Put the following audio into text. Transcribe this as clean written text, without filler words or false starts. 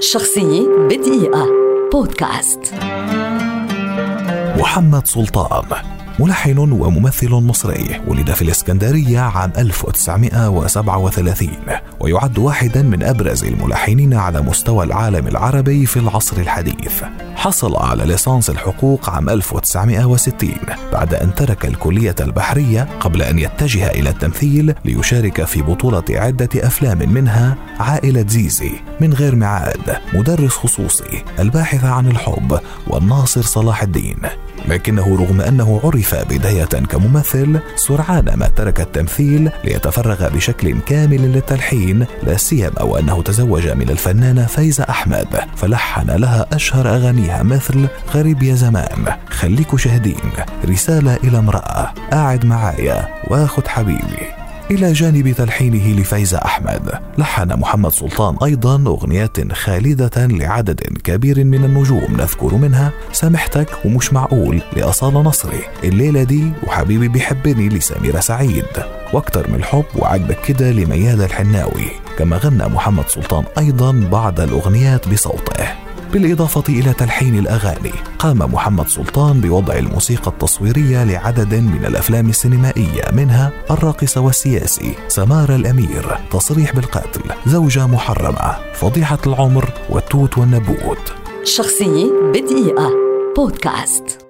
شخصية بدقيقة بودكاست. محمد سلطان ملحن وممثل مصري، ولد في الإسكندرية عام 1937 ويعد واحدا من أبرز الملحنين على مستوى العالم العربي في العصر الحديث. حصل على ليسانس الحقوق عام 1960 بعد أن ترك الكلية البحرية قبل أن يتجه إلى التمثيل ليشارك في بطولة عدة أفلام منها عائلة زيزي، من غير ميعاد، مدرس خصوصي، الباحث عن الحب، والناصر صلاح الدين. لكنه رغم أنه عرف بداية كممثل، سرعان ما ترك التمثيل ليتفرغ بشكل كامل للتلحين، لا سيما وأنه تزوج من الفنانة فايزة أحمد، فلحن لها أشهر أغانيها مثل غريب يا زمان، خليكوا شاهدين، رسالة إلى امرأة، قاعد معايا، واخد حبيبي. إلى جانب تلحينه لفايزة أحمد، لحن محمد سلطان أيضا أغنيات خالدة لعدد كبير من النجوم، نذكر منها سامحتك ومش معقول لأصالة نصري، الليلة دي وحبيبي بيحبني لسميرة سعيد، واكتر من الحب وعجبك كده لمياد الحناوي. كما غنى محمد سلطان أيضا بعض الأغنيات بصوته. بالإضافة إلى تلحين الأغاني، قام محمد سلطان بوضع الموسيقى التصويرية لعدد من الأفلام السينمائية، منها الراقصة والسياسي، سمارة الأمير، تصريح بالقتل، زوجة محرمة، فضيحة العمر، والتوت والنبوت. شخصية بدقيقة بودكاست.